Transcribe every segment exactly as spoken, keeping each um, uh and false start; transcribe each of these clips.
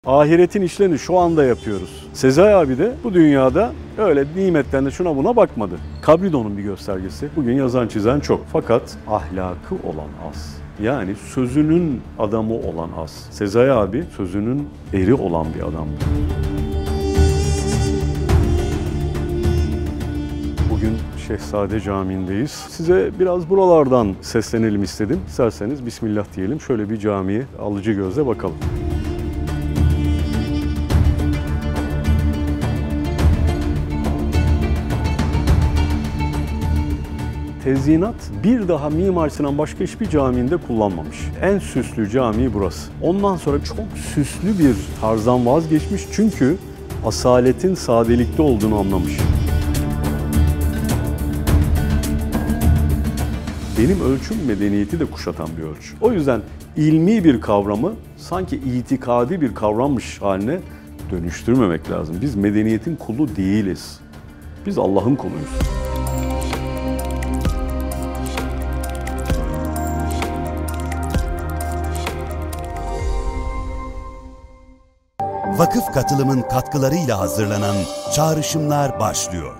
Ahiretin işlerini şu anda yapıyoruz. Sezai abi de bu dünyada öyle nimetlerine şuna buna bakmadı. Kabri de onun bir göstergesi. Bugün yazan çizen çok. Fakat ahlakı olan az. Yani sözünün adamı olan az. Sezai abi sözünün eri olan bir adamdı. Bugün Şehzade Camii'ndeyiz. Size biraz buralardan seslenelim istedim. İsterseniz Bismillah diyelim. Şöyle bir camiye alıcı gözle bakalım. Tezyinat bir daha Mimar Sinan başka hiçbir camiinde kullanmamış. En süslü cami burası. Ondan sonra çok süslü bir tarzdan vazgeçmiş çünkü asaletin sadelikte olduğunu anlamış. Benim ölçüm medeniyeti de kuşatan bir ölçü. O yüzden ilmi bir kavramı sanki itikadi bir kavrammış haline dönüştürmemek lazım. Biz medeniyetin kulu değiliz. Biz Allah'ın kuluyuz. Vakıf katılımın katkılarıyla hazırlanan Çağrışımlar başlıyor.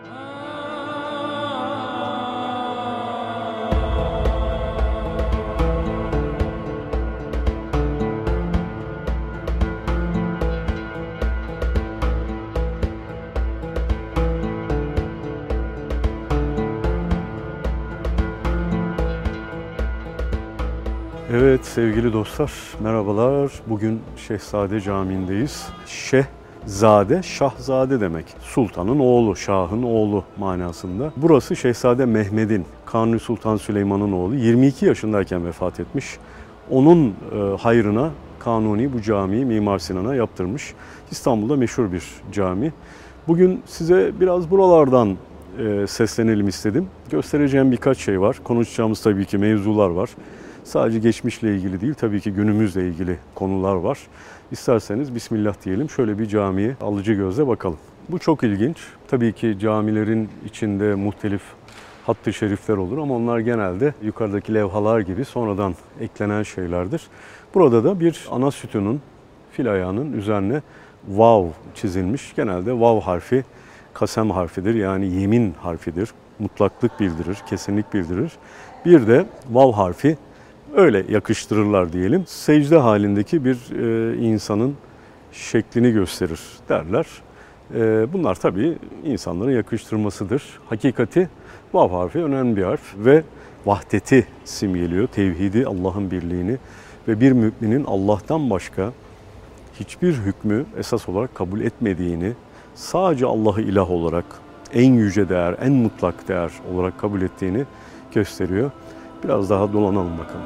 Evet sevgili dostlar, merhabalar. Bugün Şehzade Camii'ndeyiz. Şehzade, şahzade demek. Sultanın oğlu, şahın oğlu manasında. Burası Şehzade Mehmed'in, Kanuni Sultan Süleyman'ın oğlu. yirmi iki yaşındayken vefat etmiş. Onun e, hayrına Kanuni bu camiyi Mimar Sinan'a yaptırmış. İstanbul'da meşhur bir cami. Bugün size biraz buralardan e, seslenelim istedim. Göstereceğim birkaç şey var. Konuşacağımız tabii ki mevzular var. Sadece geçmişle ilgili değil, tabii ki günümüzle ilgili konular var. İsterseniz Bismillah diyelim, şöyle bir camiye alıcı gözle bakalım. Bu çok ilginç. Tabii ki camilerin içinde muhtelif hattı şerifler olur ama onlar genelde yukarıdaki levhalar gibi sonradan eklenen şeylerdir. Burada da bir ana sütunun, fil ayağının üzerine vav çizilmiş. Genelde vav harfi kasem harfidir, yani yemin harfidir. Mutlaklık bildirir, kesinlik bildirir. Bir de vav harfi öyle yakıştırırlar diyelim. Secde halindeki bir e, insanın şeklini gösterir derler. E, bunlar tabii insanların yakıştırmasıdır. Hakikati vav harfi önemli bir harf ve vahdeti simgeliyor. Tevhidi, Allah'ın birliğini ve bir müminin Allah'tan başka hiçbir hükmü esas olarak kabul etmediğini, sadece Allah'ı ilah olarak, en yüce değer, en mutlak değer olarak kabul ettiğini gösteriyor. Biraz daha dolanalım bakalım.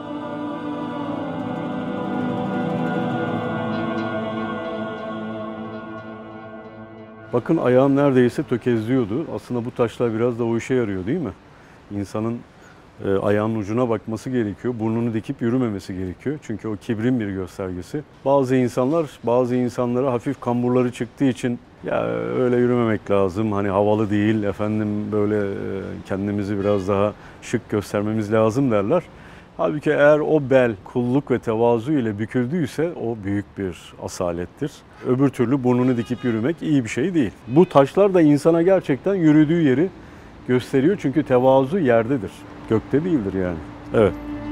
Bakın ayağım neredeyse tökezliyordu. Aslında bu taşlar biraz da o işe yarıyor değil mi? İnsanın e, ayağının ucuna bakması gerekiyor. Burnunu dikip yürümemesi gerekiyor. Çünkü o kibrin bir göstergesi. Bazı insanlar, bazı insanlara hafif kamburları çıktığı için ya öyle yürümemek lazım. Hani havalı değil, efendim böyle e, kendimizi biraz daha şık göstermemiz lazım derler. Halbuki eğer o bel kulluk ve tevazu ile büküldüyse o büyük bir asalettir. Öbür türlü burnunu dikip yürümek iyi bir şey değil. Bu taşlar da insana gerçekten yürüdüğü yeri gösteriyor çünkü tevazu yerdedir. Gökte değildir yani. Evet.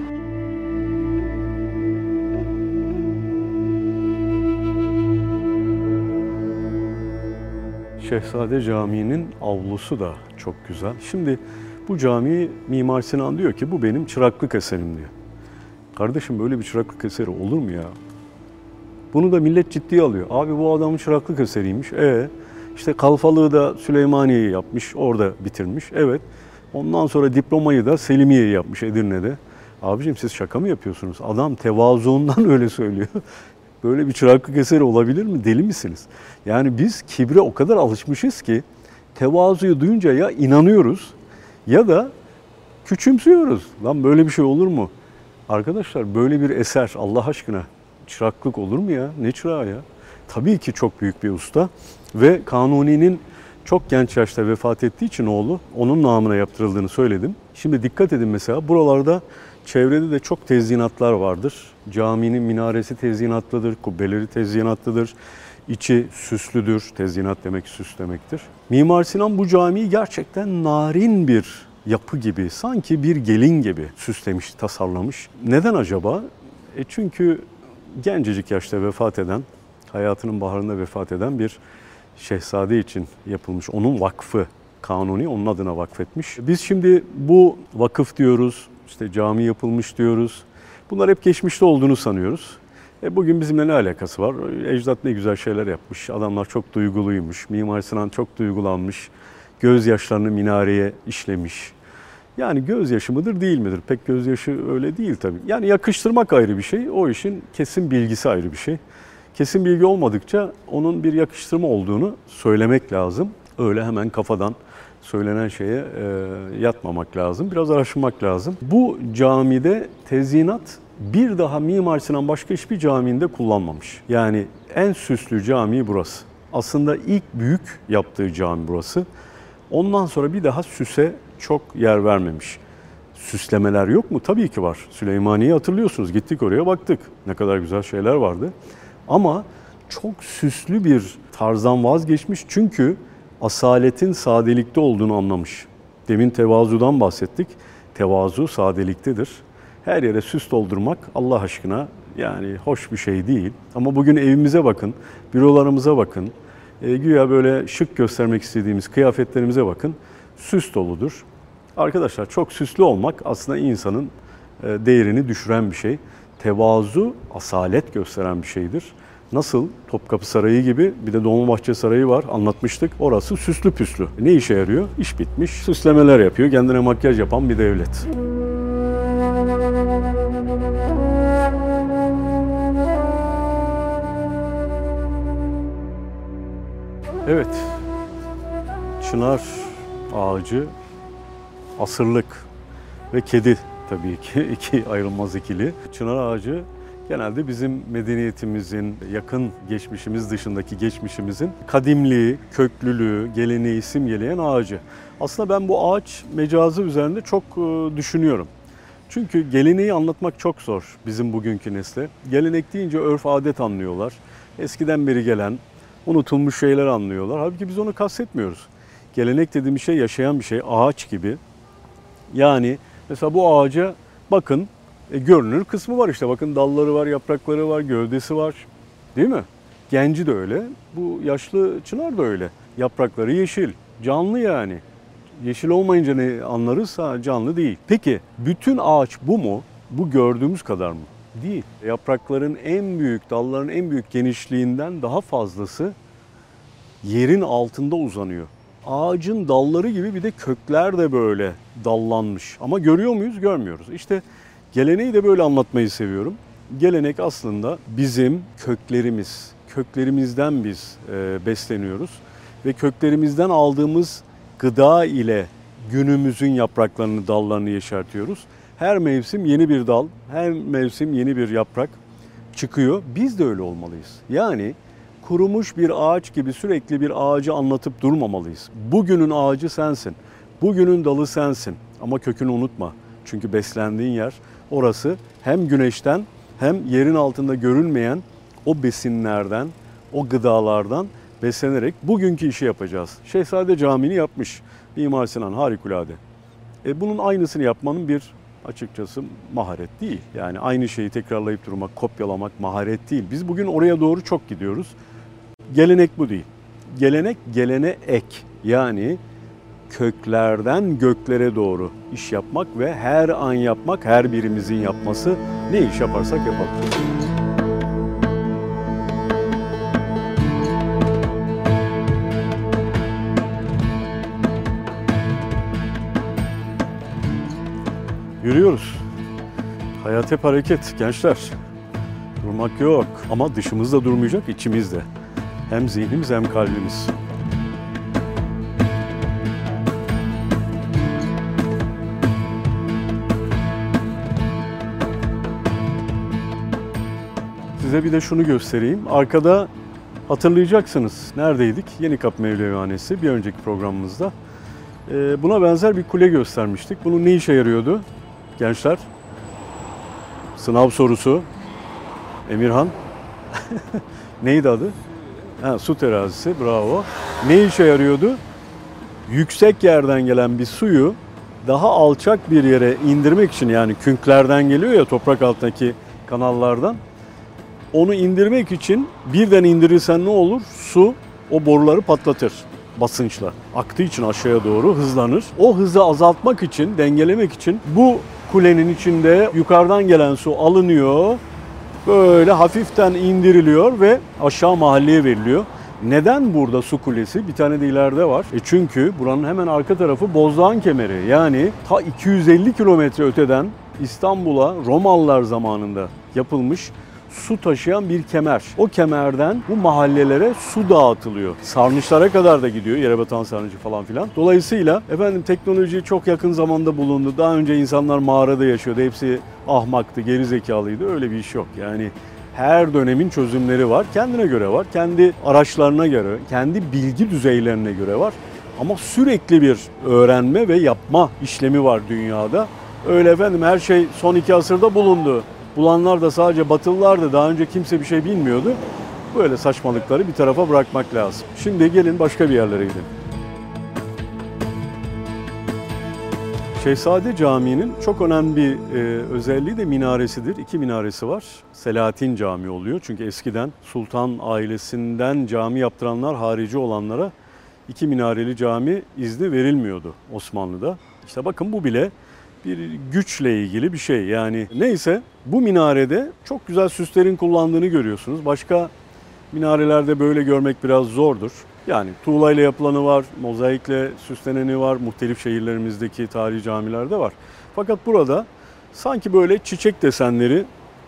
Şehzade Camii'nin avlusu da çok güzel. Şimdi bu camiyi Mimar Sinan diyor ki bu benim çıraklık eserim diyor. Kardeşim böyle bir çıraklık eseri olur mu ya? Bunu da millet ciddiye alıyor. Abi bu adamın çıraklık eseriymiş. E işte Kalfalığı da Süleymaniye'yi yapmış, orada bitirmiş. Evet. Ondan sonra diplomayı da Selimiye'yi yapmış Edirne'de. Abicim siz şaka mı yapıyorsunuz? Adam tevazuundan öyle söylüyor. Böyle bir çıraklık eseri olabilir mi? Deli misiniz? Yani biz kibre o kadar alışmışız ki tevazuyu duyunca ya inanıyoruz ya da küçümsüyoruz. Lan böyle bir şey olur mu? Arkadaşlar böyle bir eser Allah aşkına çıraklık olur mu ya? Ne çırağı ya? Tabii ki çok büyük bir usta ve Kanuni'nin çok genç yaşta vefat ettiği için oğlu onun namına yaptırıldığını söyledim. Şimdi dikkat edin mesela buralarda Çevrede de çok tezyinatlar vardır. Caminin minaresi tezyinatlıdır, kubbeleri tezyinatlıdır. İçi süslüdür. Tezyinat demek süs demektir. Mimar Sinan bu camiyi gerçekten narin bir yapı gibi, sanki bir gelin gibi süslemiş, tasarlamış. Neden acaba? E çünkü gencecik yaşta vefat eden, hayatının baharında vefat eden bir şehzade için yapılmış. Onun vakfı, Kanuni onun adına vakfetmiş. Biz şimdi bu vakıf diyoruz, işte cami yapılmış diyoruz. Bunlar hep geçmişte olduğunu sanıyoruz. E bugün bizimle ne alakası var? Ecdat ne güzel şeyler yapmış. Adamlar çok duyguluymuş. Mimar Sinan çok duygulanmış. Gözyaşlarını minareye işlemiş. Yani gözyaşı mıdır değil midir? Pek gözyaşı öyle değil tabii. Yani yakıştırmak ayrı bir şey. O işin kesin bilgisi ayrı bir şey. Kesin bilgi olmadıkça onun bir yakıştırma olduğunu söylemek lazım. Öyle hemen kafadan söylenen şeye e, yatmamak lazım. Biraz araştırmak lazım. Bu camide tezyinat bir daha Mimar Sinan başka hiçbir camiinde kullanmamış. Yani en süslü cami burası. Aslında ilk büyük yaptığı cami burası. Ondan sonra bir daha süse çok yer vermemiş. Süslemeler yok mu? Tabii ki var. Süleymaniye'yi hatırlıyorsunuz. Gittik oraya baktık. Ne kadar güzel şeyler vardı. Ama çok süslü bir tarzdan vazgeçmiş. Çünkü asaletin sadelikte olduğunu anlamış. Demin tevazudan bahsettik. Tevazu sadeliktedir. Her yere süs doldurmak Allah aşkına yani hoş bir şey değil. Ama bugün evimize bakın, bürolarımıza bakın. E, güya böyle şık göstermek istediğimiz kıyafetlerimize bakın. Süs doludur. Arkadaşlar çok süslü olmak aslında insanın e, değerini düşüren bir şey. Tevazu, asalet gösteren bir şeydir. Nasıl? Topkapı Sarayı gibi bir de Dolmabahçe Sarayı var, anlatmıştık. Orası süslü püslü. Ne işe yarıyor? İş bitmiş. Süslemeler yapıyor. Kendine makyaj yapan bir devlet. Evet. Çınar ağacı, asırlık ve kedi tabii ki iki ayrılmaz ikili. Çınar ağacı genelde bizim medeniyetimizin, yakın geçmişimiz dışındaki geçmişimizin kadimliği, köklülüğü, geleneği simgeleyen ağacı. Aslında ben bu ağaç mecazı üzerinde çok düşünüyorum. Çünkü geleneği anlatmak çok zor bizim bugünkü nesle. Gelenek deyince örf adet anlıyorlar. Eskiden beri gelen, unutulmuş şeyler anlıyorlar. Halbuki biz onu kastetmiyoruz. Gelenek dediğimiz şey yaşayan bir şey, ağaç gibi. Yani mesela bu ağaca bakın, e, görünür kısmı var işte. Bakın dalları var, yaprakları var, gövdesi var. Değil mi? Genci de öyle. Bu yaşlı çınar da öyle. Yaprakları yeşil, canlı yani. Yeşil olmayınca ne anlarız? Ha, canlı değil. Peki bütün ağaç bu mu? Bu gördüğümüz kadar mı? Değil. Yaprakların en büyük, dalların en büyük genişliğinden daha fazlası yerin altında uzanıyor. Ağacın dalları gibi bir de kökler de böyle dallanmış. Ama görüyor muyuz? Görmüyoruz. İşte geleneği de böyle anlatmayı seviyorum. Gelenek aslında bizim köklerimiz. Köklerimizden biz e, besleniyoruz. Ve köklerimizden aldığımız gıda ile günümüzün yapraklarını, dallarını yeşertiyoruz. Her mevsim yeni bir dal, her mevsim yeni bir yaprak çıkıyor. Biz de öyle olmalıyız. Yani kurumuş bir ağaç gibi sürekli bir ağacı anlatıp durmamalıyız. Bugünün ağacı sensin. Bugünün dalı sensin. Ama kökünü unutma. Çünkü beslendiğin yer orası hem güneşten hem yerin altında görünmeyen o besinlerden, o gıdalardan beslenerek bugünkü işi yapacağız. Şehzade Camii'ni yapmış Mimar Sinan, harikulade. E bunun aynısını yapmanın bir açıkçası maharet değil. Yani aynı şeyi tekrarlayıp durmak, kopyalamak maharet değil. Biz bugün oraya doğru çok gidiyoruz. Gelenek bu değil. Gelenek gelene ek. Yani köklerden göklere doğru iş yapmak ve her an yapmak, her birimizin yapması, ne iş yaparsak yapalım. Yürüyoruz. Hayat hep hareket gençler. Durmak yok ama dışımızda durmayacak, içimizde. Hem zihnimiz hem kalbimiz. Size bir de şunu göstereyim. Arkada hatırlayacaksınız. Neredeydik? Yenikapı Mevlevihanesi bir önceki programımızda. Buna benzer bir kule göstermiştik. Bunun ne işe yarıyordu gençler? Sınav sorusu. Emirhan. Neydi adı? Ha, su terazisi. Bravo. Ne işe yarıyordu? Yüksek yerden gelen bir suyu daha alçak bir yere indirmek için, yani künklerden geliyor ya, toprak altındaki kanallardan. Onu indirmek için birden indirirsen ne olur? Su o boruları patlatır basınçla. Aktığı için aşağıya doğru hızlanır. O hızı azaltmak için, dengelemek için bu kulenin içinde yukarıdan gelen su alınıyor. Böyle hafiften indiriliyor ve aşağı mahalleye veriliyor. Neden burada su kulesi? Bir tane de ileride var. E çünkü buranın hemen arka tarafı Bozdağın Kemeri. Yani ta iki yüz elli kilometre öteden İstanbul'a Romalılar zamanında yapılmış su taşıyan bir kemer. O kemerden bu mahallelere su dağıtılıyor. Sarnıçlara kadar da gidiyor. Yerebatan Sarnıcı falan filan. Dolayısıyla efendim teknoloji çok yakın zamanda bulundu. Daha önce insanlar mağarada yaşıyordu. Hepsi ahmaktı, gerizekalıydı. Öyle bir iş yok. Yani her dönemin çözümleri var. Kendine göre var. Kendi araçlarına göre, kendi bilgi düzeylerine göre var. Ama sürekli bir öğrenme ve yapma işlemi var dünyada. Öyle efendim her şey son iki asırda bulundu. Bulanlar da sadece Batılılardı. Daha önce kimse bir şey bilmiyordu. Böyle saçmalıkları bir tarafa bırakmak lazım. Şimdi gelin başka bir yerlere gidelim. Şehzade Camii'nin çok önemli bir e, özelliği de minaresidir. İki minaresi var. Selahattin Camii oluyor. Çünkü eskiden sultan ailesinden cami yaptıranlar harici olanlara iki minareli cami izni verilmiyordu Osmanlı'da. İşte bakın bu bile bir güçle ilgili bir şey. Yani neyse, bu minarede çok güzel süslerin kullandığını görüyorsunuz. Başka minarelerde böyle görmek biraz zordur. Yani tuğlayla yapılanı var, mozaikle süsleneni var, muhtelif şehirlerimizdeki tarihi camilerde var. Fakat burada sanki böyle çiçek desenleri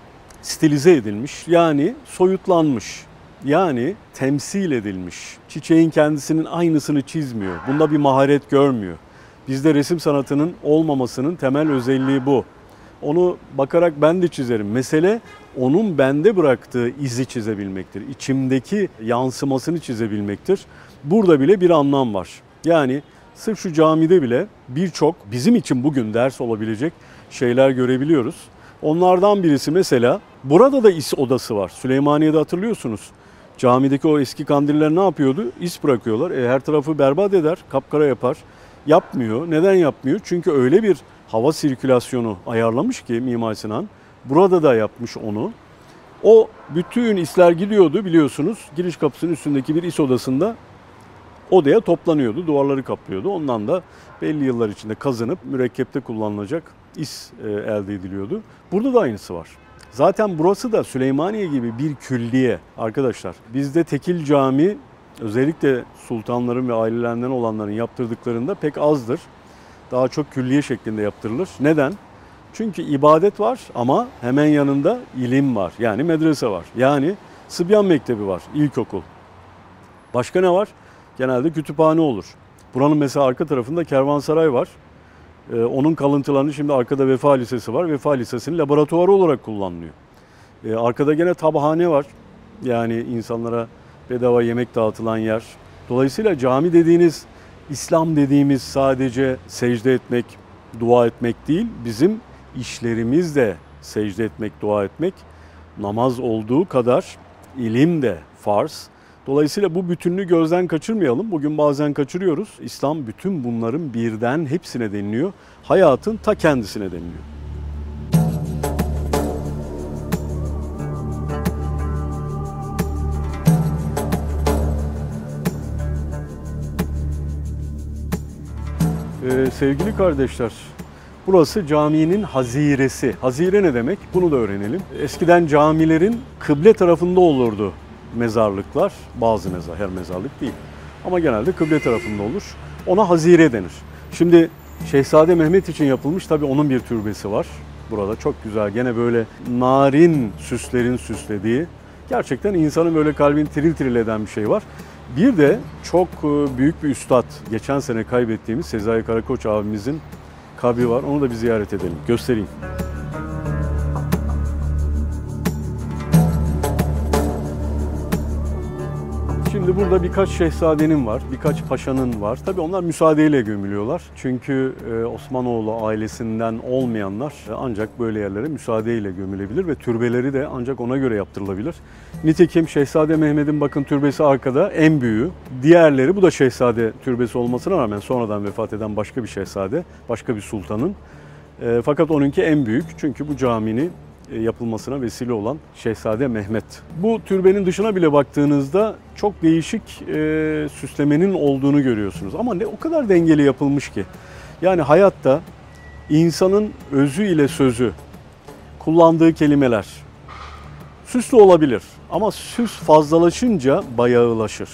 stilize edilmiş, yani soyutlanmış, yani temsil edilmiş. Çiçeğin kendisinin aynısını çizmiyor. Bunda bir maharet görmüyor. Bizde resim sanatının olmamasının temel özelliği bu. Onu bakarak ben de çizerim. Mesele onun bende bıraktığı izi çizebilmektir. İçimdeki yansımasını çizebilmektir. Burada bile bir anlam var. Yani sırf şu camide bile birçok bizim için bugün ders olabilecek şeyler görebiliyoruz. Onlardan birisi mesela, burada da is odası var. Süleymaniye'de hatırlıyorsunuz. Camideki o eski kandiller ne yapıyordu? İs bırakıyorlar. E, her tarafı berbat eder, kapkara yapar. Yapmıyor. Neden yapmıyor? Çünkü öyle bir hava sirkülasyonu ayarlamış ki Mimar Sinan. Burada da yapmış onu. O bütün isler gidiyordu biliyorsunuz. Giriş kapısının üstündeki bir is odasında odaya toplanıyordu. Duvarları kaplıyordu. Ondan da belli yıllar içinde kazınıp mürekkepte kullanılacak is elde ediliyordu. Burada da aynısı var. Zaten burası da Süleymaniye gibi bir külliye arkadaşlar. Bizde tekil cami özellikle sultanların ve ailelerinden olanların yaptırdıklarında pek azdır. Daha çok külliye şeklinde yaptırılır. Neden? Çünkü ibadet var ama hemen yanında ilim var. Yani medrese var. Yani Sıbyan Mektebi var, ilkokul. Başka ne var? Genelde kütüphane olur. Buranın mesela arka tarafında kervansaray var. Ee, onun kalıntılarını şimdi arkada Vefa Lisesi var. Vefa Lisesi'nin laboratuvarı olarak kullanılıyor. Ee, arkada gene tabahane var. Yani insanlara bedava yemek dağıtılan yer. Dolayısıyla cami dediğiniz, İslam dediğimiz sadece secde etmek, dua etmek değil, bizim işlerimiz de secde etmek, dua etmek, namaz olduğu kadar ilim de farz. Dolayısıyla bu bütünlüğü gözden kaçırmayalım. Bugün bazen kaçırıyoruz. İslam bütün bunların birden hepsine deniliyor. Hayatın ta kendisine deniliyor. Ee, sevgili kardeşler, burası caminin haziresi. Hazire ne demek? Bunu da öğrenelim. Eskiden camilerin kıble tarafında olurdu mezarlıklar. Bazı mezar, her mezarlık değil. Ama genelde kıble tarafında olur. Ona hazire denir. Şimdi Şehzade Mehmet için yapılmış, tabii onun bir türbesi var. Burada çok güzel, gene böyle narin süslerin süslediği, gerçekten insanın böyle kalbini tiril tiril eden bir şey var. Bir de çok büyük bir üstad, geçen sene kaybettiğimiz Sezai Karakoç abimizin kabri var. Onu da bir ziyaret edelim, göstereyim. Şimdi burada birkaç şehzadenin var, birkaç paşanın var. Tabii onlar müsaadeyle gömülüyorlar. Çünkü Osmanoğlu ailesinden olmayanlar ancak böyle yerlere müsaadeyle gömülebilir ve türbeleri de ancak ona göre yaptırılabilir. Nitekim Şehzade Mehmet'in bakın türbesi arkada, en büyüğü. Diğerleri, bu da şehzade türbesi olmasına rağmen sonradan vefat eden başka bir şehzade, başka bir sultanın. Fakat onunki en büyük, çünkü bu caminin yapılmasına vesile olan Şehzade Mehmet. Bu türbenin dışına bile baktığınızda çok değişik e, süslemenin olduğunu görüyorsunuz. Ama ne o kadar dengeli yapılmış ki. Yani hayatta insanın özü ile sözü, kullandığı kelimeler süslü olabilir. Ama süs fazlalaşınca bayağılaşır.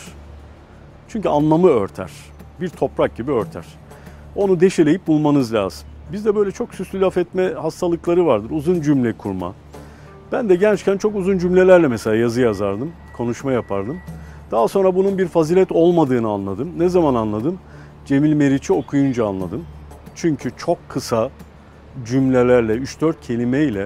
Çünkü anlamı örter. Bir toprak gibi örter. Onu deşeleyip bulmanız lazım. Bizde böyle çok süslü laf etme hastalıkları vardır. Uzun cümle kurma. Ben de gençken çok uzun cümlelerle mesela yazı yazardım, konuşma yapardım. Daha sonra bunun bir fazilet olmadığını anladım. Ne zaman anladım? Cemil Meriç'i okuyunca anladım. Çünkü çok kısa cümlelerle, üç dört kelimeyle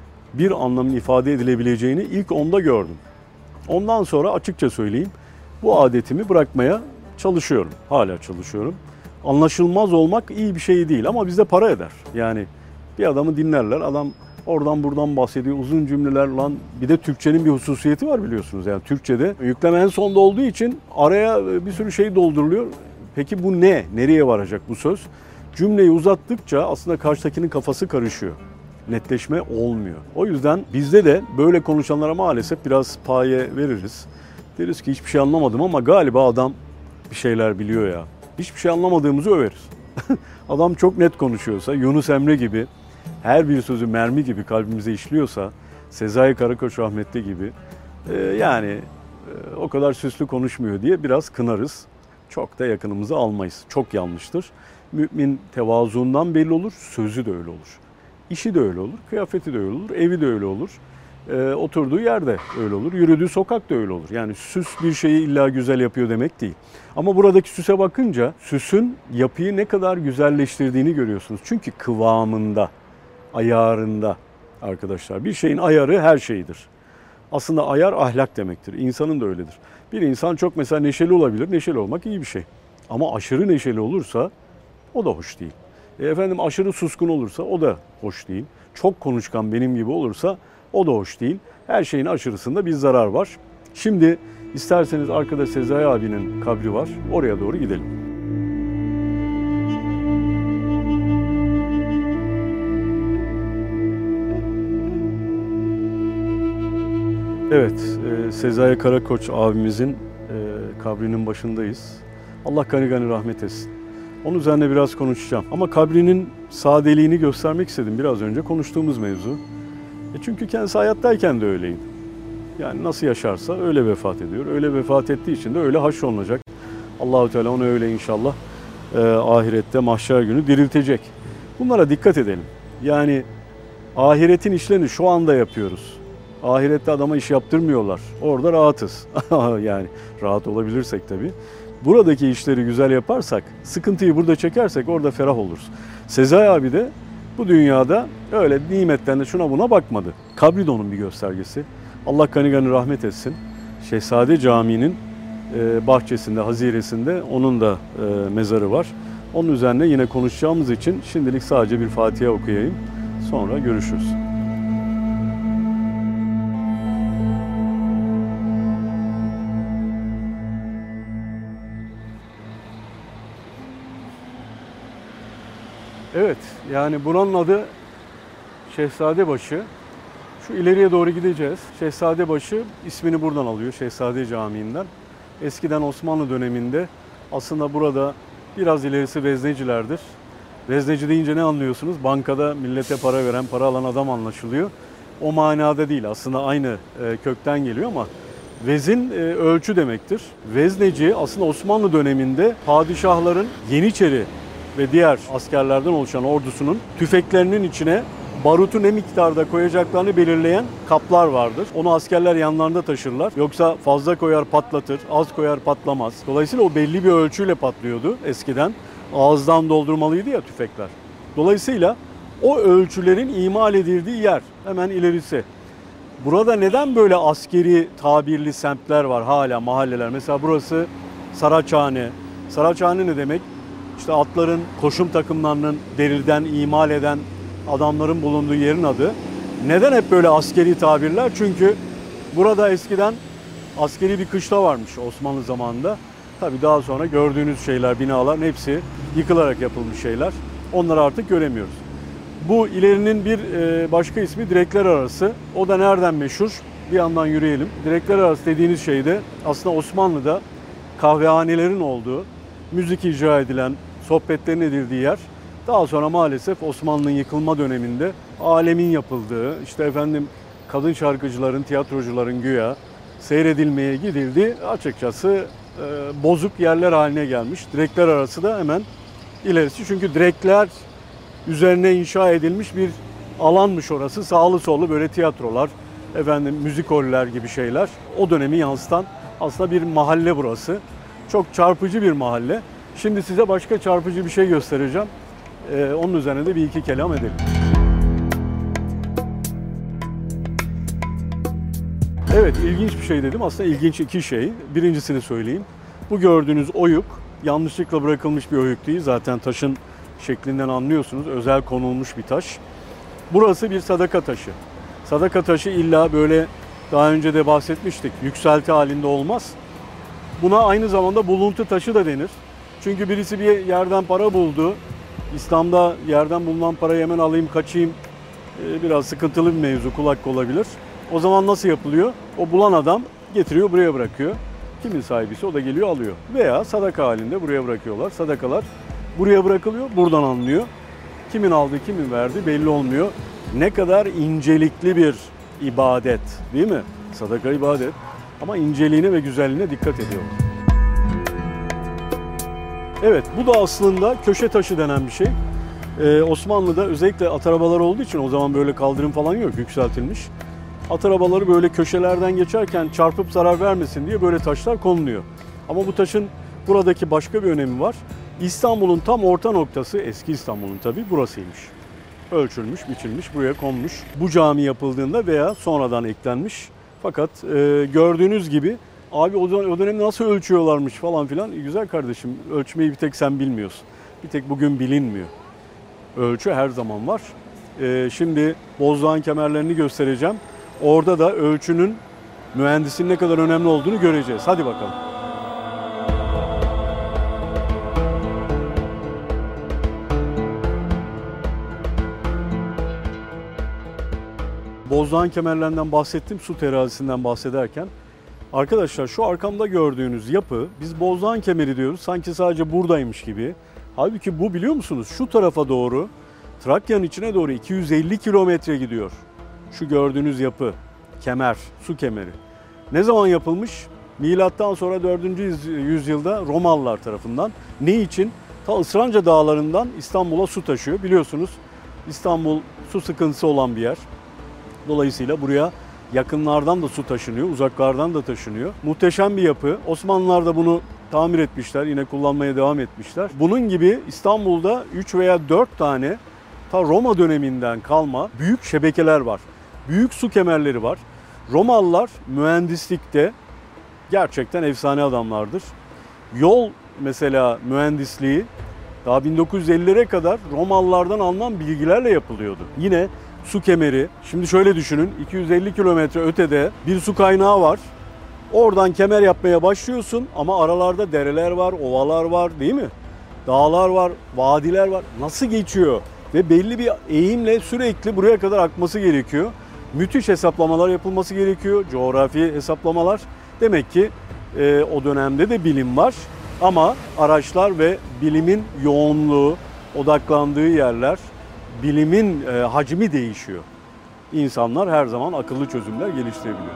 bir anlamın ifade edilebileceğini ilk onda gördüm. Ondan sonra açıkça söyleyeyim, bu adetimi bırakmaya çalışıyorum. Hala çalışıyorum. Anlaşılmaz olmak iyi bir şey değil ama bizde para eder. Yani bir adamı dinlerler, adam oradan buradan bahsediyor, uzun cümleler lan. Bir de Türkçenin bir hususiyeti var biliyorsunuz. Yani Türkçe'de yükleme en sonda olduğu için araya bir sürü şey dolduruluyor. Peki bu ne? Nereye varacak bu söz? Cümleyi uzattıkça aslında karşıdakinin kafası karışıyor. Netleşme olmuyor. O yüzden bizde de böyle konuşanlara maalesef biraz paye veririz. Deriz ki hiçbir şey anlamadım ama galiba adam bir şeyler biliyor ya. Hiçbir şey anlamadığımızı överiz. Adam çok net konuşuyorsa, Yunus Emre gibi, her bir sözü mermi gibi kalbimize işliyorsa, Sezai Karakoç rahmetli gibi, e, yani e, o kadar süslü konuşmuyor diye biraz kınarız. Çok da yakınımıza almayız. Çok yanlıştır. Mümin tevazuundan belli olur, sözü de öyle olur. İşi de öyle olur, kıyafeti de öyle olur, evi de öyle olur. E, oturduğu yerde öyle olur, yürüdüğü sokak da öyle olur. Yani süs bir şeyi illa güzel yapıyor demek değil. Ama buradaki süse bakınca süsün yapıyı ne kadar güzelleştirdiğini görüyorsunuz. Çünkü kıvamında, ayarında arkadaşlar. Bir şeyin ayarı her şeydir. Aslında ayar ahlak demektir. İnsanın da öyledir. Bir insan çok mesela neşeli olabilir. Neşeli olmak iyi bir şey. Ama aşırı neşeli olursa o da hoş değil. E efendim aşırı suskun olursa o da hoş değil. Çok konuşkan benim gibi olursa o da hoş değil. Her şeyin aşırısında bir zarar var. Şimdi isterseniz arkada Sezai abinin kabri var. Oraya doğru gidelim. Evet, Sezai Karakoç abimizin kabrinin başındayız. Allah gani gani rahmet etsin. Onun üzerine biraz konuşacağım. Ama kabrinin sadeliğini göstermek istedim biraz önce konuştuğumuz mevzu. E çünkü kendisi hayattayken de öyleydi. Yani nasıl yaşarsa öyle vefat ediyor. Öyle vefat ettiği için de öyle haşrolunacak. Allah-u Teala onu öyle inşallah e, ahirette mahşer günü diriltecek. Bunlara dikkat edelim. Yani ahiretin işlerini şu anda yapıyoruz. Ahirette adama iş yaptırmıyorlar. Orada rahatız. Yani rahat olabilirsek tabii. Buradaki işleri güzel yaparsak, sıkıntıyı burada çekersek orada ferah oluruz. Sezai abi de bu dünyada öyle nimetten de şuna buna bakmadı. Kabri de onun bir göstergesi. Allah gani gani rahmet etsin. Şehzade Camii'nin bahçesinde, haziresinde onun da mezarı var. Onun üzerine yine konuşacağımız için şimdilik sadece bir Fatiha okuyayım. Sonra görüşürüz. Evet, yani buranın adı Şehzadebaşı. Şu ileriye doğru gideceğiz. Şehzadebaşı ismini buradan alıyor, Şehzade Camii'nden. Eskiden Osmanlı döneminde aslında burada biraz ilerisi veznecilerdir. Vezneci deyince ne anlıyorsunuz? Bankada millete para veren, para alan adam anlaşılıyor. O manada değil, aslında aynı kökten geliyor ama vezin ölçü demektir. Vezneci aslında Osmanlı döneminde padişahların Yeniçeri ve diğer askerlerden oluşan ordusunun tüfeklerinin içine barutu ne miktarda koyacaklarını belirleyen kaplar vardır. Onu askerler yanlarında taşırlar. Yoksa fazla koyar patlatır, az koyar patlamaz. Dolayısıyla o belli bir ölçüyle patlıyordu eskiden. Ağızdan doldurmalıydı ya tüfekler. Dolayısıyla o ölçülerin imal edildiği yer hemen ilerisi. Burada neden böyle askeri tabirli semtler var hala, mahalleler? Mesela burası Saraçhane. Saraçhane ne demek? İşte atların, koşum takımlarının deriden imal eden adamların bulunduğu yerin adı. Neden hep böyle askeri tabirler? Çünkü burada eskiden askeri bir kışla varmış Osmanlı zamanında. Tabii daha sonra gördüğünüz şeyler, binaların hepsi yıkılarak yapılmış şeyler. Onları artık göremiyoruz. Bu ilerinin bir başka ismi Direkler Arası. O da nereden meşhur? Bir yandan yürüyelim. Direkler Arası dediğiniz şey de aslında Osmanlı'da kahvehanelerin olduğu, müzik icra edilen, sohbetlerin edildiği yer. Daha sonra maalesef Osmanlı'nın yıkılma döneminde alemin yapıldığı, işte efendim kadın şarkıcıların, tiyatrocuların güya seyredilmeye gidildi. Açıkçası e, bozuk yerler haline gelmiş. Direkler Arası da hemen ilerisi. Çünkü direkler üzerine inşa edilmiş bir alanmış orası. Sağlı sollu böyle tiyatrolar, efendim müzik holler gibi şeyler. O dönemi yansıtan aslında bir mahalle burası. Çok çarpıcı bir mahalle. Şimdi size başka çarpıcı bir şey göstereceğim. Ee, onun üzerine de bir iki kelam edelim. Evet, ilginç bir şey dedim. Aslında ilginç iki şey. Birincisini söyleyeyim. Bu gördüğünüz oyuk yanlışlıkla bırakılmış bir oyuk değil. Zaten taşın şeklinden anlıyorsunuz. Özel konulmuş bir taş. Burası bir sadaka taşı. Sadaka taşı illa böyle daha önce de bahsetmiştik. Yükselti halinde olmaz. Buna aynı zamanda buluntu taşı da denir. Çünkü birisi bir yerden para buldu. İslam'da yerden bulunan parayı hemen alayım kaçayım. Biraz sıkıntılı bir mevzu, kulak olabilir. O zaman nasıl yapılıyor? O bulan adam getiriyor, buraya bırakıyor. Kimin sahibiyse o da geliyor alıyor. Veya sadaka halinde buraya bırakıyorlar. Sadakalar buraya bırakılıyor, buradan alınıyor. Kimin aldı, kimin verdi belli olmuyor. Ne kadar incelikli bir ibadet, değil mi? Sadaka ibadet. Ama inceliğine ve güzelliğine dikkat ediyorlar. Evet, bu da aslında köşe taşı denen bir şey. Ee, Osmanlı'da özellikle at arabaları olduğu için o zaman böyle kaldırım falan yok, yükseltilmiş. At arabaları böyle köşelerden geçerken çarpıp zarar vermesin diye böyle taşlar konuluyor. Ama bu taşın buradaki başka bir önemi var. İstanbul'un tam orta noktası, eski İstanbul'un tabii burasıymış. Ölçülmüş, biçilmiş, buraya konmuş. Bu cami yapıldığında veya sonradan eklenmiş. Fakat e, gördüğünüz gibi abi o, o dönemde nasıl ölçüyorlarmış falan filan. Güzel kardeşim, ölçmeyi bir tek sen bilmiyorsun. Bir tek bugün bilinmiyor. Ölçü her zaman var. E, şimdi Bozdağ'ın kemerlerini göstereceğim. Orada da ölçünün, mühendisin ne kadar önemli olduğunu göreceğiz. Hadi bakalım. Bozdağ'ın kemerlerinden bahsettim, su terazisinden bahsederken. Arkadaşlar şu arkamda gördüğünüz yapı, biz Bozdağ'ın kemeri diyoruz, sanki sadece buradaymış gibi. Halbuki bu, biliyor musunuz, şu tarafa doğru, Trakya'nın içine doğru iki yüz elli kilometre gidiyor. Şu gördüğünüz yapı, kemer, su kemeri. Ne zaman yapılmış? Milattan sonra dördüncü yüzyılda Romalılar tarafından. Ne için? Ta Isranca dağlarından İstanbul'a su taşıyor. Biliyorsunuz İstanbul su sıkıntısı olan bir yer. Dolayısıyla buraya yakınlardan da su taşınıyor, uzaklardan da taşınıyor. Muhteşem bir yapı. Osmanlılar da bunu tamir etmişler, yine kullanmaya devam etmişler. Bunun gibi İstanbul'da üç veya dört tane ta Roma döneminden kalma büyük şebekeler var. Büyük su kemerleri var. Romalılar mühendislikte gerçekten efsane adamlardır. Yol mesela mühendisliği daha bin dokuz yüz ellilere kadar Romalılardan alınan bilgilerle yapılıyordu. Yine su kemeri, şimdi şöyle düşünün, iki yüz elli kilometre ötede bir su kaynağı var. Oradan kemer yapmaya başlıyorsun ama aralarda dereler var, ovalar var, değil mi? Dağlar var, vadiler var. Nasıl geçiyor? Ve belli bir eğimle sürekli buraya kadar akması gerekiyor. Müthiş hesaplamalar yapılması gerekiyor. Coğrafi hesaplamalar. Demek ki e, o dönemde de bilim var. Ama araçlar ve bilimin yoğunluğu, odaklandığı yerler, bilimin e, hacmi değişiyor. İnsanlar her zaman akıllı çözümler geliştirebiliyor.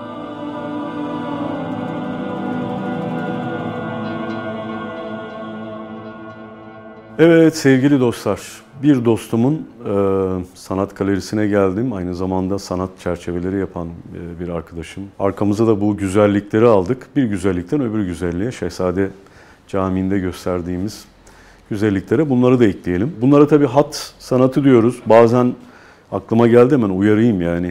Evet sevgili dostlar, bir dostumun e, sanat galerisine geldim. Aynı zamanda sanat çerçeveleri yapan e, bir arkadaşım. Arkamıza da bu güzellikleri aldık. Bir güzellikten öbür güzelliğe, Şehzade Camii'nde gösterdiğimiz güzelliklere bunları da ekleyelim. Bunlara tabii hat sanatı diyoruz. Bazen aklıma geldi, hemen uyarayım yani.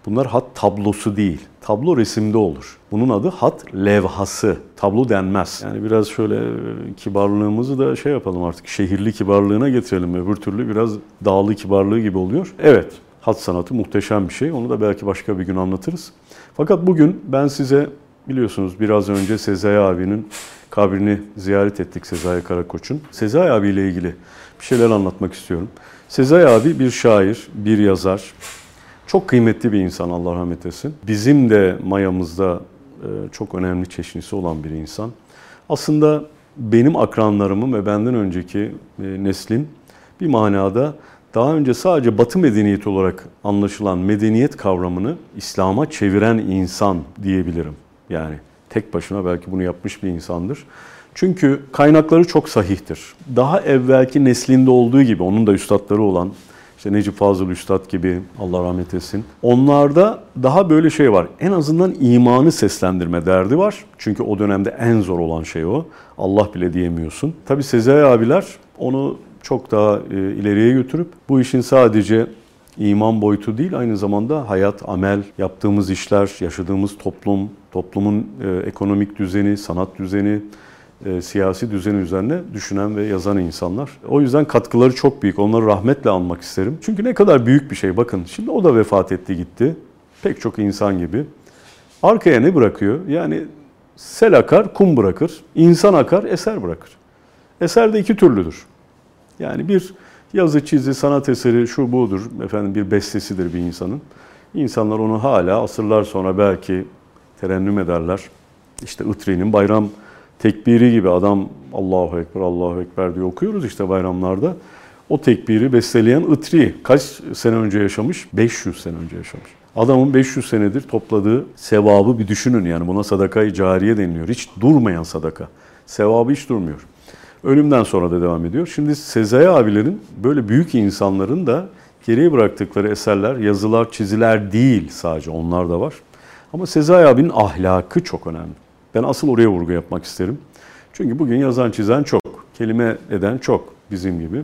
Bunlar hat tablosu değil. Tablo resimde olur. Bunun adı hat levhası. Tablo denmez. Yani biraz şöyle kibarlığımızı da şey yapalım artık. Şehirli kibarlığına getirelim. Öbür türlü biraz dağlı kibarlığı gibi oluyor. Evet, hat sanatı muhteşem bir şey. Onu da belki başka bir gün anlatırız. Fakat bugün ben size biliyorsunuz biraz önce Sezai abinin kabrini ziyaret ettik, Sezai Karakoç'un. Sezai abiyle ilgili bir şeyler anlatmak istiyorum. Sezai abi bir şair, bir yazar. Çok kıymetli bir insan, Allah rahmet etsin. Bizim de mayamızda çok önemli çeşnisi olan bir insan. Aslında benim akranlarımın ve benden önceki neslin bir manada daha önce sadece Batı medeniyeti olarak anlaşılan medeniyet kavramını İslam'a çeviren insan diyebilirim. Yani tek başına belki bunu yapmış bir insandır. Çünkü kaynakları çok sahihtir. Daha evvelki neslinde olduğu gibi, onun da üstadları olan İşte Necip Fazıl Üstad gibi, Allah rahmet etsin. Onlarda daha böyle şey var. En azından imanı seslendirme derdi var. Çünkü o dönemde en zor olan şey o. Allah bile diyemiyorsun. Tabii Sezai abiler onu çok daha e, ileriye götürüp bu işin sadece iman boyutu değil, aynı zamanda hayat, amel, yaptığımız işler, yaşadığımız toplum, toplumun e, ekonomik düzeni, sanat düzeni, E, siyasi düzeni üzerine düşünen ve yazan insanlar. O yüzden katkıları çok büyük. Onları rahmetle anmak isterim. Çünkü ne kadar büyük bir şey. Bakın şimdi o da vefat etti gitti. Pek çok insan gibi. Arkaya ne bırakıyor? Yani sel akar, kum bırakır. İnsan akar, eser bırakır. Eser de iki türlüdür. Yani bir yazı, çizi, sanat eseri şu budur. Efendim bir bestesidir bir insanın. İnsanlar onu hala asırlar sonra belki terennüm ederler. İşte Itri'nin Bayram tekbiri gibi adam Allahu Ekber, Allahu Ekber diye okuyoruz işte bayramlarda. O tekbiri besteleyen Itri kaç sene önce yaşamış? beş yüz sene önce yaşamış. Adamın beş yüz senedir topladığı sevabı bir düşünün, yani buna sadaka-i cariye deniliyor. Hiç durmayan sadaka. Sevabı hiç durmuyor. Ölümden sonra da devam ediyor. Şimdi Sezai abilerin, böyle büyük insanların da geriye bıraktıkları eserler, yazılar, çiziler değil sadece, onlar da var. Ama Sezai abinin ahlakı çok önemli. Ben asıl oraya vurgu yapmak isterim. Çünkü bugün yazan çizen çok, kelime eden çok bizim gibi.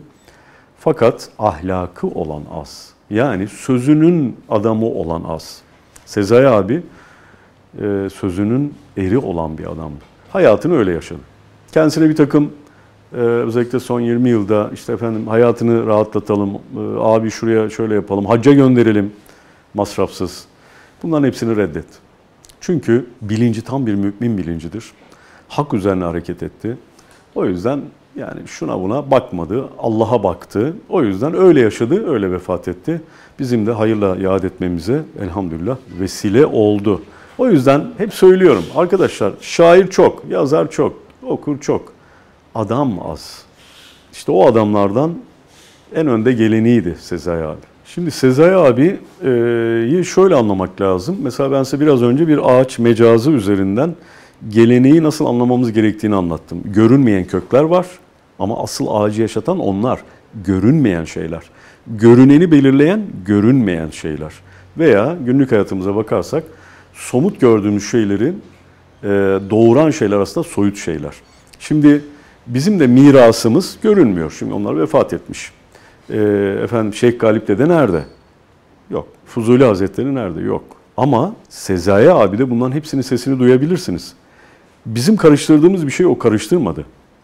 Fakat ahlakı olan az. Yani sözünün adamı olan az. Sezai abi sözünün eri olan bir adamdı. Hayatını öyle yaşadı. Kendisine bir takım özellikle son yirmi yılda işte efendim hayatını rahatlatalım, abi şuraya şöyle yapalım, hacca gönderelim masrafsız. Bunların hepsini reddetti. Çünkü bilinci tam bir mümin bilincidir. Hak üzerine hareket etti. O yüzden yani şuna buna bakmadı, Allah'a baktı. O yüzden öyle yaşadı, öyle vefat etti. Bizim de hayırla yad etmemize elhamdülillah vesile oldu. O yüzden hep söylüyorum arkadaşlar, şair çok, yazar çok, okur çok. Adam az. İşte o adamlardan en önde geleniydi Sezai abi. Şimdi Sezai abiyi şöyle anlamak lazım. Mesela ben size biraz önce bir ağaç mecazı üzerinden geleneği nasıl anlamamız gerektiğini anlattım. Görünmeyen kökler var ama asıl ağacı yaşatan onlar. Görünmeyen şeyler. Görüneni belirleyen görünmeyen şeyler. Veya günlük hayatımıza bakarsak somut gördüğümüz şeyleri doğuran şeyler aslında soyut şeyler. Şimdi bizim de mirasımız görünmüyor. Şimdi onlar vefat etmiş. E, efendim Şeyh Galip Dede nerede? Yok. Fuzuli Hazretleri nerede? Yok. Ama Sezai abi de bunların hepsinin sesini duyabilirsiniz. Bizim karıştırdığımız bir şey o karıştırmadı.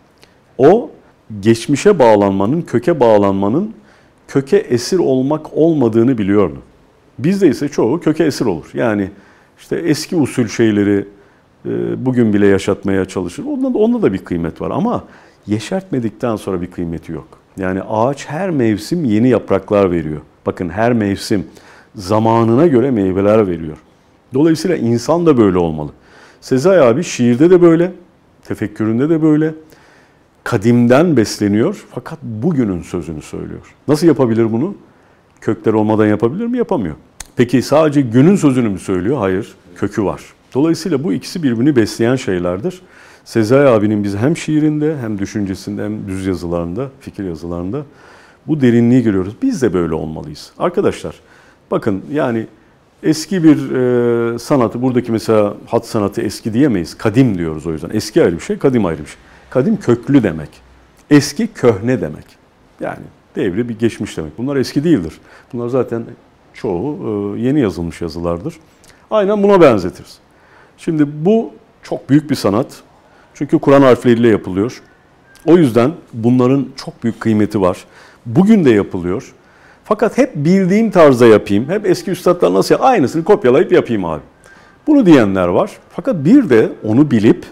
O geçmişe bağlanmanın, köke bağlanmanın köke esir olmak olmadığını biliyordu. Bizde ise çoğu köke esir olur. Yani işte eski usul şeyleri e, bugün bile yaşatmaya çalışır. Onda da, onda da bir kıymet var ama yeşertmedikten sonra bir kıymeti yok. Yani ağaç her mevsim yeni yapraklar veriyor. Bakın her mevsim zamanına göre meyveler veriyor. Dolayısıyla insan da böyle olmalı. Sezai abi şiirde de böyle, tefekküründe de böyle. Kadimden besleniyor fakat bugünün sözünü söylüyor. Nasıl yapabilir bunu? Kökler olmadan yapabilir mi? Yapamıyor. Peki sadece günün sözünü mü söylüyor? Hayır, kökü var. Dolayısıyla bu ikisi birbirini besleyen şeylerdir. Sezai abinin biz hem şiirinde hem düşüncesinde hem düz yazılarında, fikir yazılarında bu derinliği görüyoruz. Biz de böyle olmalıyız. Arkadaşlar bakın yani eski bir e, sanatı, buradaki mesela hat sanatı eski diyemeyiz. Kadim diyoruz o yüzden. Eski ayrı bir şey, kadim ayrı bir şey. Kadim köklü demek. Eski köhne demek. Yani devri bir geçmiş demek. Bunlar eski değildir. Bunlar zaten çoğu e, yeni yazılmış yazılardır. Aynen buna benzetiriz. Şimdi bu çok büyük bir sanat. Çünkü Kur'an harfleriyle yapılıyor. O yüzden bunların çok büyük kıymeti var. Bugün de yapılıyor. Fakat hep bildiğim tarzda yapayım. Hep eski üstadlar nasıl yapıyor? Aynısını kopyalayıp yapayım abi. Bunu diyenler var. Fakat bir de onu bilip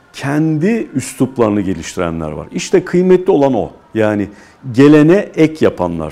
kendi üsluplarını geliştirenler var. İşte kıymetli olan o. Yani gelene ek yapanlar.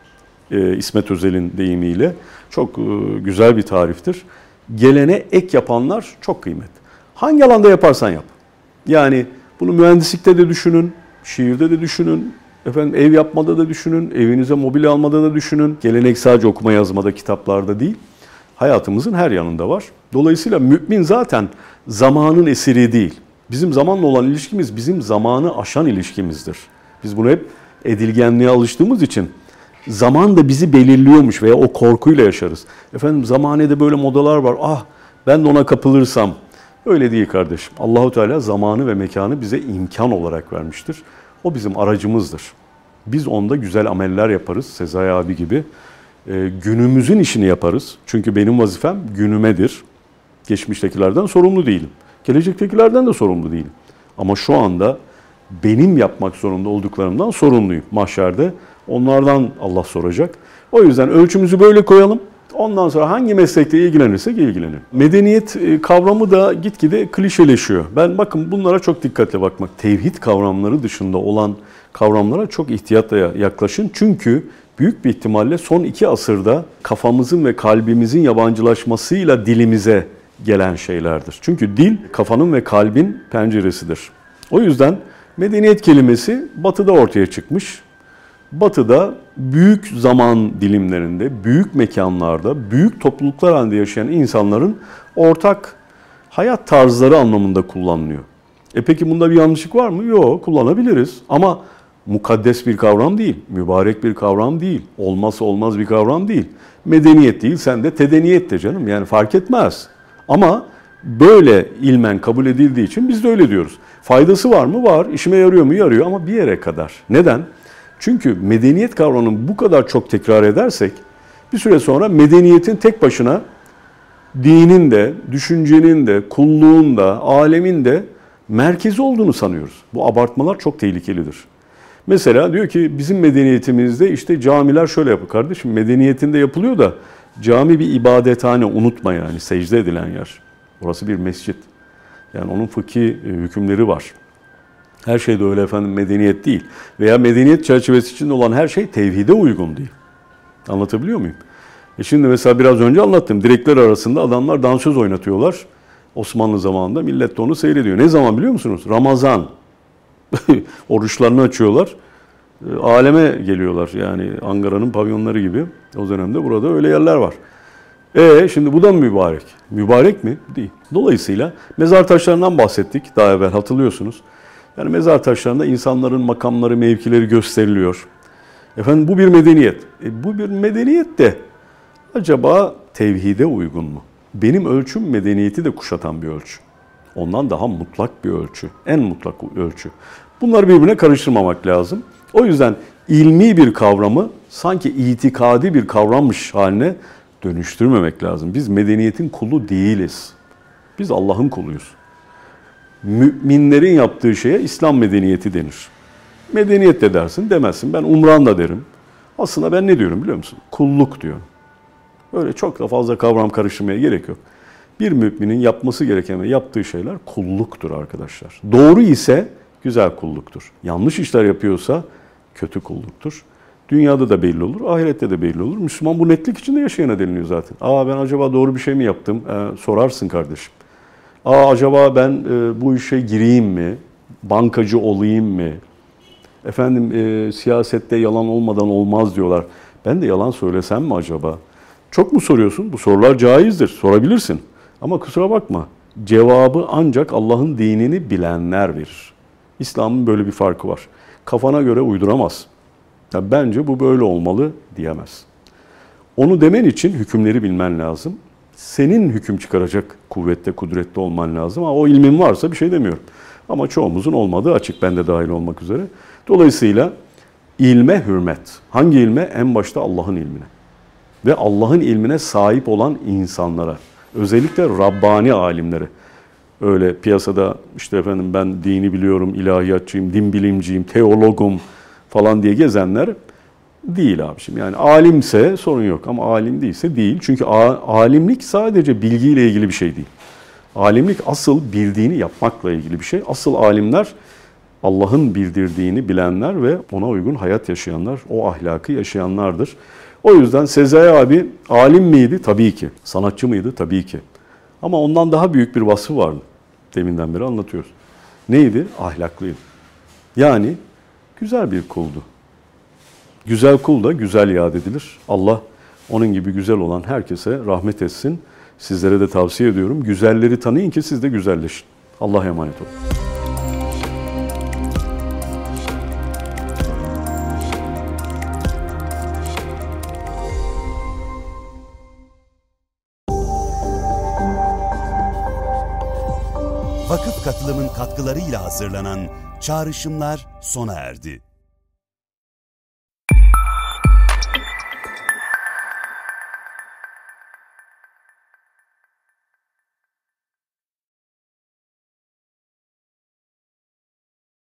Ee, İsmet Özel'in deyimiyle. Çok e, güzel bir tariftir. Gelene ek yapanlar çok kıymetli. Hangi alanda yaparsan yap. Yani bunu mühendislikte de düşünün, şiirde de düşünün, efendim ev yapmada da düşünün, evinize mobilya almada da düşünün. Gelenek sadece okuma yazmada, kitaplarda değil, hayatımızın her yanında var. Dolayısıyla mümin zaten zamanın esiri değil. Bizim zamanla olan ilişkimiz bizim zamanı aşan ilişkimizdir. Biz bunu hep edilgenliğe alıştığımız için zaman da bizi belirliyormuş veya o korkuyla yaşarız. Efendim zamanede böyle modalar var, ah ben de ona kapılırsam. Öyle değil kardeşim. Allahu Teala zamanı ve mekanı bize imkan olarak vermiştir. O bizim aracımızdır. Biz onda güzel ameller yaparız Sezai abi gibi. Ee, günümüzün işini yaparız. Çünkü benim vazifem günümedir. Geçmiştekilerden sorumlu değilim. Gelecektekilerden de sorumlu değilim. Ama şu anda benim yapmak zorunda olduklarımdan sorumluyum. Mahşerde onlardan Allah soracak. O yüzden ölçümüzü böyle koyalım. Ondan sonra hangi meslekle ilgilenirsek ilgilenin. Medeniyet kavramı da gitgide klişeleşiyor. Ben bakın bunlara çok dikkatle bakmak. Tevhid kavramları dışında olan kavramlara çok ihtiyatla yaklaşın. Çünkü büyük bir ihtimalle son iki asırda kafamızın ve kalbimizin yabancılaşmasıyla dilimize gelen şeylerdir. Çünkü dil kafanın ve kalbin penceresidir. O yüzden medeniyet kelimesi Batı'da ortaya çıkmış. Batı'da büyük zaman dilimlerinde, büyük mekanlarda, büyük topluluklar halinde yaşayan insanların ortak hayat tarzları anlamında kullanılıyor. E peki bunda bir yanlışlık var mı? Yok, kullanabiliriz. Ama mukaddes bir kavram değil, mübarek bir kavram değil, olmazsa olmaz bir kavram değil. Medeniyet değil, sen de tedeniyet de canım, yani fark etmez. Ama böyle ilmen kabul edildiği için biz de öyle diyoruz. Faydası var mı? Var. İşime yarıyor mu? Yarıyor ama bir yere kadar. Neden? Çünkü medeniyet kavramını bu kadar çok tekrar edersek bir süre sonra medeniyetin tek başına dinin de, düşüncenin de, kulluğun da, alemin de merkezi olduğunu sanıyoruz. Bu abartmalar çok tehlikelidir. Mesela diyor ki bizim medeniyetimizde işte camiler şöyle yapıyor. Kardeşim medeniyetinde yapılıyor da cami bir ibadethane, unutma yani, secde edilen yer. Orası bir mescit. Yani onun fıkhi hükümleri var. Her şey de öyle efendim medeniyet değil. Veya medeniyet çerçevesi içinde olan her şey tevhide uygun değil. Anlatabiliyor muyum? E şimdi mesela biraz önce anlattım. Direkler arasında adamlar dansöz oynatıyorlar. Osmanlı zamanında millet de onu seyrediyor. Ne zaman biliyor musunuz? Ramazan. Oruçlarını açıyorlar. Aleme geliyorlar. Yani Ankara'nın pavyonları gibi. O dönemde burada öyle yerler var. E şimdi bu da mı mübarek? Mübarek mi? Değil. Dolayısıyla mezar taşlarından bahsettik daha evvel, hatırlıyorsunuz. Yani mezar taşlarında insanların makamları, mevkileri gösteriliyor. Efendim bu bir medeniyet. E, bu bir medeniyet de acaba tevhide uygun mu? Benim ölçüm medeniyeti de kuşatan bir ölçü. Ondan daha mutlak bir ölçü. En mutlak ölçü. Bunları birbirine karıştırmamak lazım. O yüzden ilmi bir kavramı sanki itikadi bir kavrammış haline dönüştürmemek lazım. Biz medeniyetin kulu değiliz. Biz Allah'ın kuluyuz. Müminlerin yaptığı şeye İslam medeniyeti denir. Medeniyet de dersin, demezsin. Ben umran da derim. Aslında ben ne diyorum biliyor musun? Kulluk diyorum. Öyle çok da fazla kavram karıştırmaya gerek yok. Bir müminin yapması gereken ve yaptığı şeyler kulluktur arkadaşlar. Doğru ise güzel kulluktur. Yanlış işler yapıyorsa kötü kulluktur. Dünyada da belli olur, ahirette de belli olur. Müslüman bu netlik içinde yaşayana deniliyor zaten. Aa ben acaba doğru bir şey mi yaptım? Ee, sorarsın kardeşim. Aa acaba ben e, bu işe gireyim mi? Bankacı olayım mı? Efendim e, siyasette yalan olmadan olmaz diyorlar. Ben de yalan söylesem mi acaba? Çok mu soruyorsun? Bu sorular caizdir. Sorabilirsin. Ama kusura bakma. Cevabı ancak Allah'ın dinini bilenler verir. İslam'ın böyle bir farkı var. Kafana göre uyduramaz. Ya bence bu böyle olmalı diyemez. Onu demen için hükümleri bilmen lazım. Senin hüküm çıkaracak kuvvette, kudrette olman lazım. Ama o ilmin varsa bir şey demiyorum. Ama çoğumuzun olmadığı açık, ben de dahil olmak üzere. Dolayısıyla ilme hürmet. Hangi ilme? En başta Allah'ın ilmine. ve Allah'ın ilmine sahip olan insanlara, özellikle Rabbani alimlere, öyle piyasada işte efendim ben dini biliyorum, ilahiyatçıyım, din bilimciyim, teologum falan diye gezenler değil abiciğim. Yani alimse sorun yok ama alim değilse değil. Çünkü alimlik sadece bilgiyle ilgili bir şey değil. Alimlik asıl bildiğini yapmakla ilgili bir şey. Asıl alimler Allah'ın bildirdiğini bilenler ve ona uygun hayat yaşayanlar, o ahlakı yaşayanlardır. O yüzden Sezai abi alim miydi? Tabii ki. Sanatçı mıydı? Tabii ki. Ama ondan daha büyük bir vasfı vardı. Deminden beri anlatıyoruz. Neydi? Ahlaklıydı. Yani güzel bir kuldu. Güzel kul da güzel yad edilir. Allah onun gibi güzel olan herkese rahmet etsin. Sizlere de tavsiye ediyorum. Güzelleri tanıyın ki siz de güzelleşin. Allah'a emanet olun. Vakıf katılımın katkılarıyla hazırlanan Çağrışımlar sona erdi.